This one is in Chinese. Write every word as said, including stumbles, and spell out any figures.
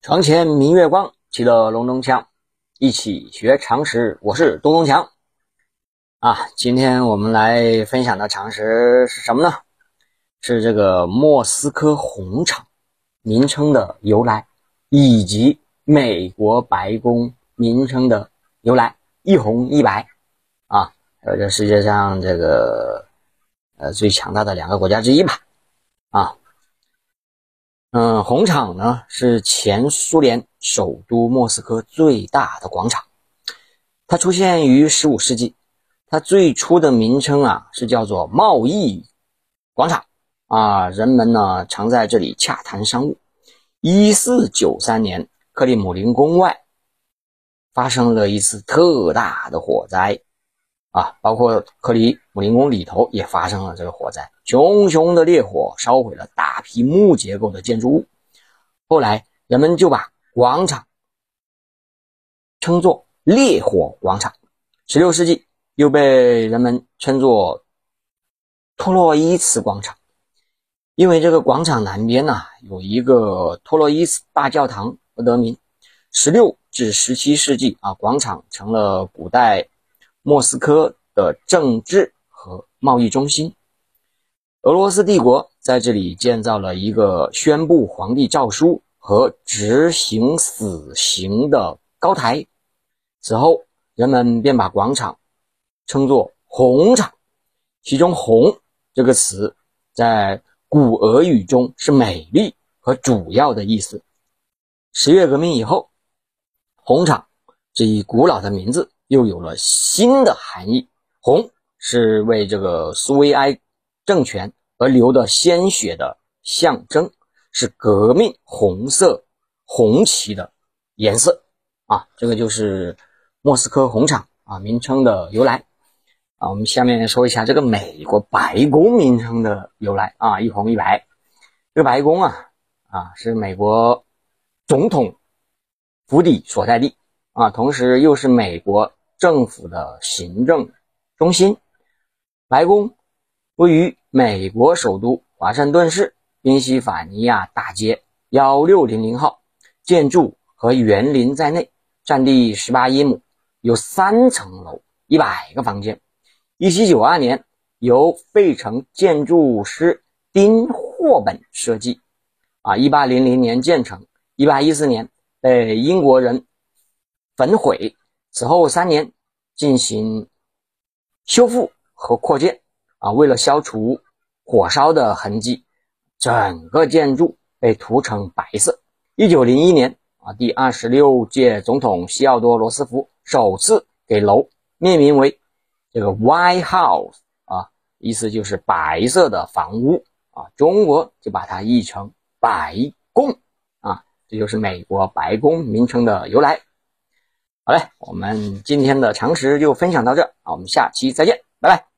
床前明月光，其乐融融腔，一起学常识。我是东东强啊。今天我们来分享的常识是什么呢？是这个莫斯科红场名称的由来，以及美国白宫名称的由来，一红一白啊，还有这世界上这个呃最强大的两个国家之一吧啊。嗯，红场呢是前苏联首都莫斯科最大的广场，它出现于十五世纪，它最初的名称啊是叫做贸易广场啊，人们呢常在这里洽谈商务。一四九三年，克里姆林宫外发生了一次特大的火灾啊，包括克里姆林宫里头也发生了这个火灾，熊熊的烈火烧毁了大批木结构的建筑物。后来人们就把广场称作烈火广场。十六世纪又被人们称作托洛伊茨广场，因为这个广场南边呢、啊、有一个托洛伊茨大教堂而得名。十六至十七世纪啊，广场成了古代莫斯科的政治和贸易中心。俄罗斯帝国在这里建造了一个宣布皇帝诏书和执行死刑的高台，此后人们便把广场称作红场，其中红这个词在古俄语中是美丽和主要的意思。十月革命以后，红场这一古老的名字又有了新的含义，红是为这个苏维埃政权而流的鲜血的象征，是革命红色红旗的颜色啊，这个就是莫斯科红场啊名称的由来啊。我们下面说一下这个美国白宫名称的由来啊，一红一白。这个白宫啊啊是美国总统府邸所在地啊，同时又是美国政府的行政中心。白宫位于美国首都华盛顿市宾夕法尼亚大街一六零零号，建筑和园林在内，占地十八英亩，有三层楼，一百个房间。一七九二年由费城建筑师丁霍本设计啊，一八零零年建成，一八一四年被英国人焚毁，此后三年进行修复和扩建啊，为了消除火烧的痕迹，整个建筑被涂成白色。一九零一年啊，第二十六届总统西奥多·罗斯福首次给楼命名为这个 White House 啊，意思就是白色的房屋啊，中国就把它译成白宫啊，这就是美国白宫名称的由来。好嘞，我们今天的常识就分享到这啊，我们下期再见，拜拜。